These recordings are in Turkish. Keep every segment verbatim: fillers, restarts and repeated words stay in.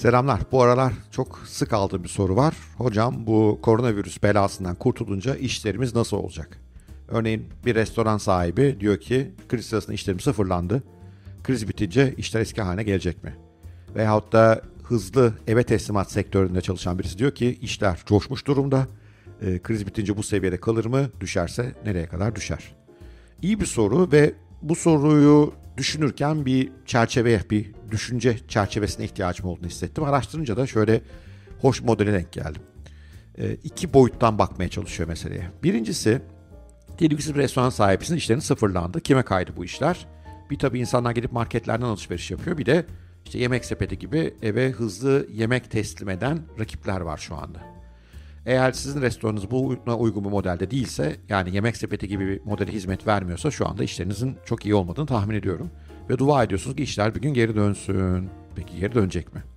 Selamlar. Bu aralar çok sık aldığım bir soru var. Hocam bu koronavirüs belasından kurtulunca işlerimiz nasıl olacak? Örneğin bir restoran sahibi diyor ki kriz sırasında işlerim sıfırlandı. Kriz bitince işler eski haline gelecek mi? Veyahut da hızlı eve teslimat sektöründe çalışan birisi diyor ki işler coşmuş durumda. E, kriz bitince bu seviyede kalır mı? Düşerse nereye kadar düşer? İyi bir soru ve bu soruyu düşünürken bir çerçeveye, bir düşünce çerçevesine ihtiyacım olduğunu hissettim. Araştırınca da şöyle hoş modele denk geldim. E, iki boyuttan bakmaya çalışıyor meseleye. Birincisi, diyelim ki siz bir restoran sahibisiniz, işleriniz sıfırlandı. Kime kaydı bu işler? Bir tabii insanlar gidip marketlerden alışveriş yapıyor. Bir de işte Yemek Sepeti gibi eve hızlı yemek teslim eden rakipler var şu anda. Eğer sizin restoranınız buna uygun bir modelde değilse, yani Yemek Sepeti gibi bir modele hizmet vermiyorsa şu anda işlerinizin çok iyi olmadığını tahmin ediyorum. Ve dua ediyorsunuz ki işler bir gün geri dönsün. Peki geri dönecek mi?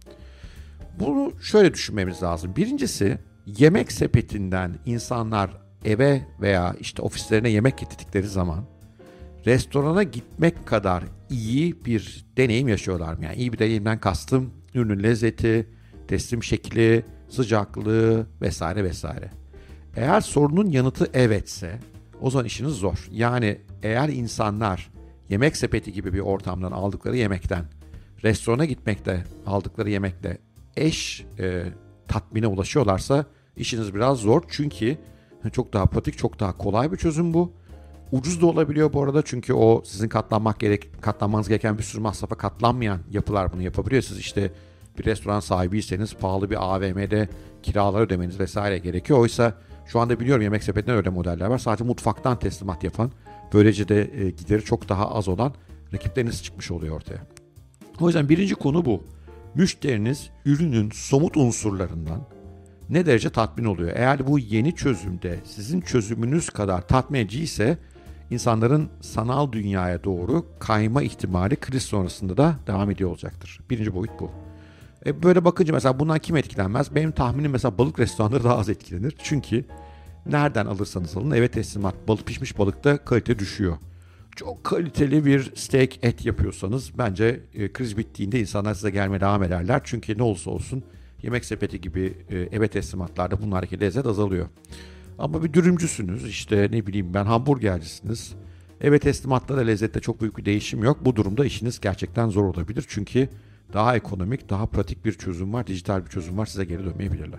Bunu şöyle düşünmemiz lazım. Birincisi, Yemek Sepeti'nden insanlar eve veya işte ofislerine yemek getirdikleri zaman restorana gitmek kadar iyi bir deneyim yaşıyorlar mı? Yani iyi bir deneyimden kastım ürünün lezzeti, teslim şekli, sıcaklığı vesaire vesaire. Eğer sorunun yanıtı evetse o zaman işiniz zor. Yani eğer insanlar Yemek Sepeti gibi bir ortamdan aldıkları yemekten restorana gitmekte aldıkları yemekle eş e, tatmine ulaşıyorlarsa işiniz biraz zor. Çünkü çok daha pratik, çok daha kolay bir çözüm bu. Ucuz da olabiliyor bu arada, çünkü o sizin katlanmak gerek, katlanmanız gereken bir sürü masrafa katlanmayan yapılar bunu yapabiliyor. Siz işte bir restoran sahibiyseniz pahalı bir A V M'de kiralar ödemeniz vesaire gerekiyor. Oysa şu anda biliyorum Yemek Sepeti'nden öyle modeller var. Sadece mutfaktan teslimat yapan, böylece de e, gideri çok daha az olan rakipleriniz çıkmış oluyor ortaya. O yüzden birinci konu bu. Müşteriniz ürünün somut unsurlarından ne derece tatmin oluyor? Eğer bu yeni çözümde sizin çözümünüz kadar tatmin ediciyse insanların sanal dünyaya doğru kayma ihtimali kriz sonrasında da devam ediyor olacaktır. Birinci boyut bu. E böyle bakınca mesela bundan kim etkilenmez? Benim tahminim mesela balık restoranları daha az etkilenir. Çünkü nereden alırsanız alın eve teslimat, balık pişmiş balıkta kalite düşüyor. Çok kaliteli bir steak et yapıyorsanız bence e, kriz bittiğinde insanlar size gelmeye devam ederler. Çünkü ne olursa olsun Yemek Sepeti gibi e, eve teslimatlarda bunlardaki lezzet azalıyor. Ama bir dürümcüsünüz, işte ne bileyim ben hamburgercisiniz. Eve teslimatta da lezzette çok büyük bir değişim yok. Bu durumda işiniz gerçekten zor olabilir. Çünkü daha ekonomik, daha pratik bir çözüm var, dijital bir çözüm var, size geri dönmeyebilirler.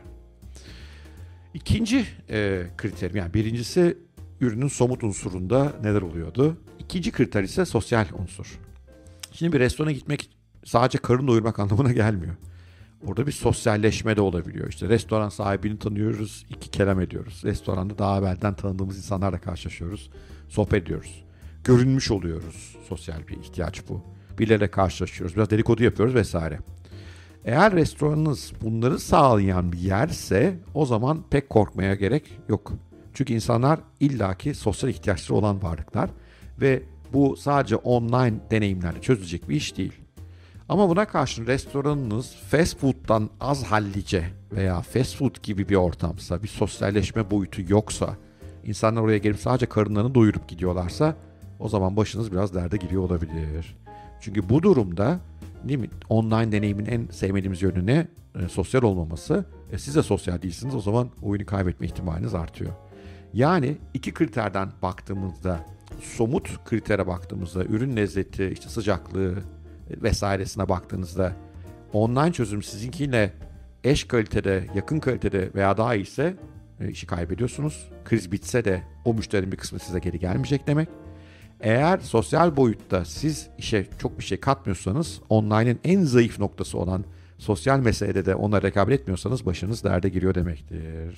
İkinci e, kriterim, yani birincisi ürünün somut unsurunda neler oluyordu. İkinci kriter ise sosyal unsur. Şimdi bir restorana gitmek sadece karın doyurmak anlamına gelmiyor. Orada bir sosyalleşme de olabiliyor. İşte restoran sahibini tanıyoruz, iki kelam ediyoruz. Restoranda daha evvelden tanıdığımız insanlarla karşılaşıyoruz, sohbet ediyoruz. Görünmüş oluyoruz, sosyal bir ihtiyaç bu. Birileriyle karşılaşıyoruz, biraz dedikodu yapıyoruz vesaire. Eğer restoranınız bunları sağlayan bir yerse o zaman pek korkmaya gerek yok. Çünkü insanlar illaki sosyal ihtiyaçları olan varlıklar ve bu sadece online deneyimlerle çözülecek bir iş değil. Ama buna karşın restoranınız fast food'dan az hallice veya fast food gibi bir ortamsa, bir sosyalleşme boyutu yoksa, insanlar oraya gelip sadece karınlarını doyurup gidiyorlarsa o zaman başınız biraz derde giriyor olabilir. Çünkü bu durumda değil mi, online deneyimin en sevmediğimiz yönü ne? E, sosyal olmaması. E, siz de sosyal değilsiniz, o zaman oyunu kaybetme ihtimaliniz artıyor. Yani iki kriterden baktığımızda, somut kritere baktığımızda, ürün lezzeti, işte sıcaklığı vesairesine baktığınızda online çözüm sizinkiyle eş kalitede, yakın kalitede veya daha iyiyse e, işi kaybediyorsunuz. Kriz bitse de o müşterinin bir kısmı size geri gelmeyecek demek. Eğer sosyal boyutta siz işe çok bir şey katmıyorsanız, online'ın en zayıf noktası olan sosyal meselede de ona rekabet etmiyorsanız başınız derde giriyor demektir.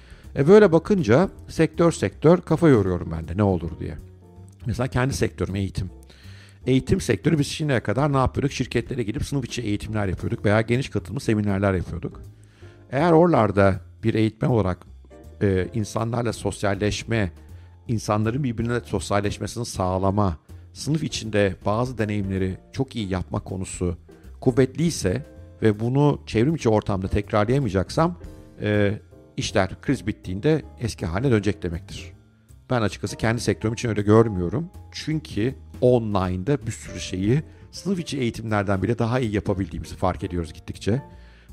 E böyle bakınca sektör sektör kafa yoruyorum ben de ne olur diye. Mesela kendi sektörüm eğitim. Eğitim sektörü biz şimdiye kadar ne yapıyorduk? Şirketlere gidip sınıf içi eğitimler yapıyorduk veya geniş katılımlı seminerler yapıyorduk. Eğer oralarda bir eğitmen olarak e, insanlarla sosyalleşme, insanların birbirine sosyalleşmesini sağlama, sınıf içinde bazı deneyimleri çok iyi yapma konusu kuvvetliyse ve bunu çevrim içi ortamda tekrarlayamayacaksam e, işler kriz bittiğinde eski haline dönecek demektir. Ben açıkçası kendi sektörüm için öyle görmüyorum. Çünkü online'da bir sürü şeyi sınıf içi eğitimlerden bile daha iyi yapabildiğimizi fark ediyoruz gittikçe.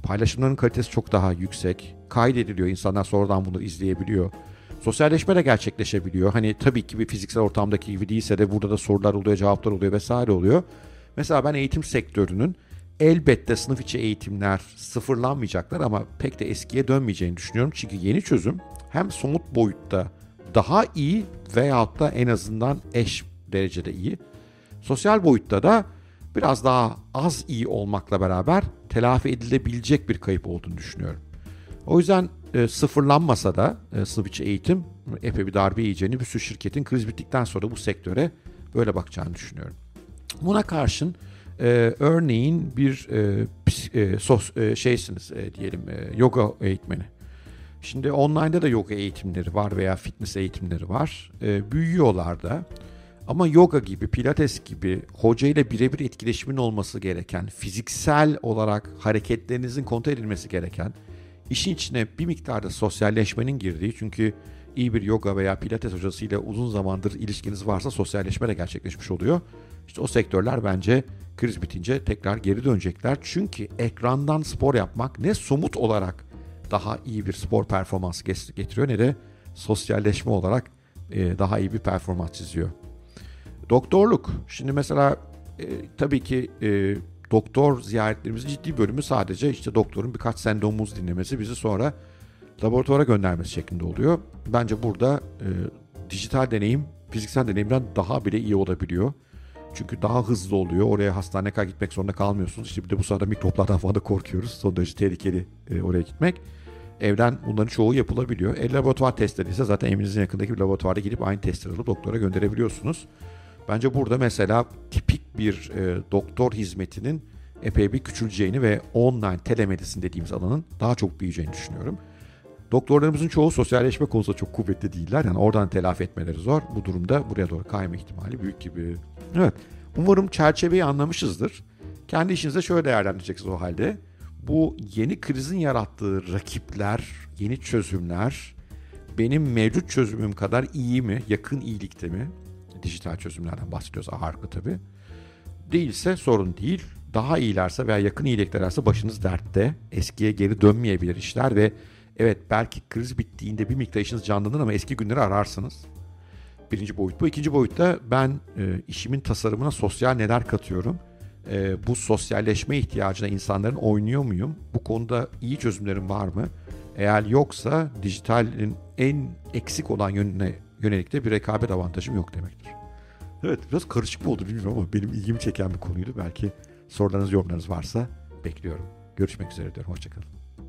Paylaşımların kalitesi çok daha yüksek. Kaydediliyor. İnsanlar sonradan bunu izleyebiliyor. Sosyalleşme de gerçekleşebiliyor. Hani tabii ki bir fiziksel ortamdaki gibi değilse de burada da sorular oluyor, cevaplar oluyor vesaire oluyor. Mesela ben eğitim sektörünün elbette sınıf içi eğitimler sıfırlanmayacaklar ama pek de eskiye dönmeyeceğini düşünüyorum. Çünkü yeni çözüm hem somut boyutta daha iyi veyahut da en azından eş derecede iyi. Sosyal boyutta da biraz daha az iyi olmakla beraber telafi edilebilecek bir kayıp olduğunu düşünüyorum. O yüzden e, sıfırlanmasa da e, sınıf içi eğitim epey bir darbe yiyeceğini, bir sürü şirketin kriz bittikten sonra bu sektöre böyle bakacağını düşünüyorum. Buna karşın e, örneğin bir e, e, sos, e, şeysiniz e, diyelim e, yoga eğitmeni. Şimdi online'da da yoga eğitimleri var veya fitness eğitimleri var. E, büyüyorlar da. Ama yoga gibi, pilates gibi hoca ile birebir etkileşimin olması gereken, fiziksel olarak hareketlerinizin kontrol edilmesi gereken, işin içine bir miktarda sosyalleşmenin girdiği, çünkü iyi bir yoga veya pilates hocasıyla uzun zamandır ilişkiniz varsa sosyalleşme de gerçekleşmiş oluyor. İşte o sektörler bence kriz bitince tekrar geri dönecekler. Çünkü ekrandan spor yapmak ne somut olarak daha iyi bir spor performansı getiriyor ne de sosyalleşme olarak daha iyi bir performans çiziyor. Doktorluk. Şimdi mesela e, tabii ki e, doktor ziyaretlerimizin ciddi bölümü sadece işte doktorun birkaç sendromumuz dinlemesi, bizi sonra laboratuvara göndermesi şeklinde oluyor. Bence burada e, dijital deneyim fiziksel deneyimden daha bile iyi olabiliyor. Çünkü daha hızlı oluyor. Oraya hastaneye kadar gitmek zorunda kalmıyorsunuz. İşte bir de bu sırada mikroplardan falan da korkuyoruz. Son derece tehlikeli e, oraya gitmek. Evden bunların çoğu yapılabiliyor. E, laboratuvar testleri ise zaten evinizin yakındaki bir laboratuvarda gidip aynı testleri alıp doktora gönderebiliyorsunuz. Bence burada mesela tipik bir e, doktor hizmetinin epey bir küçüleceğini ve online telemedicine dediğimiz alanın daha çok büyüyeceğini düşünüyorum. Doktorlarımızın çoğu sosyalleşme konusunda çok kuvvetli değiller. Yani oradan telafi etmeleri zor. Bu durumda buraya doğru kayma ihtimali büyük gibi. Evet. Umarım çerçeveyi anlamışızdır. Kendi işinize şöyle değerlendireceksiniz o halde. Bu yeni krizin yarattığı rakipler, yeni çözümler benim mevcut çözümüm kadar iyi mi, yakın iyilikte mi? Dijital çözümlerden bahsediyoruz ağırlıklı tabii. Değilse sorun değil. Daha iyilerse veya yakın iyiliklerse başınız dertte. Eskiye geri dönmeyebilir işler ve evet belki kriz bittiğinde bir miktar işiniz canlanır ama eski günleri ararsınız. Birinci boyut bu. İkinci boyutta ben e, işimin tasarımına sosyal neler katıyorum? E, bu sosyalleşme ihtiyacına insanların oynuyor muyum? Bu konuda iyi çözümlerim var mı? Eğer yoksa dijitalin en eksik olan yönüne yönelik de bir rekabet avantajım yok demektir. Evet, biraz karışık mı oldu bilmiyorum ama benim ilgimi çeken bir konuydu. Belki sorularınız, yorumlarınız varsa bekliyorum. Görüşmek üzere diyorum. Hoşçakalın.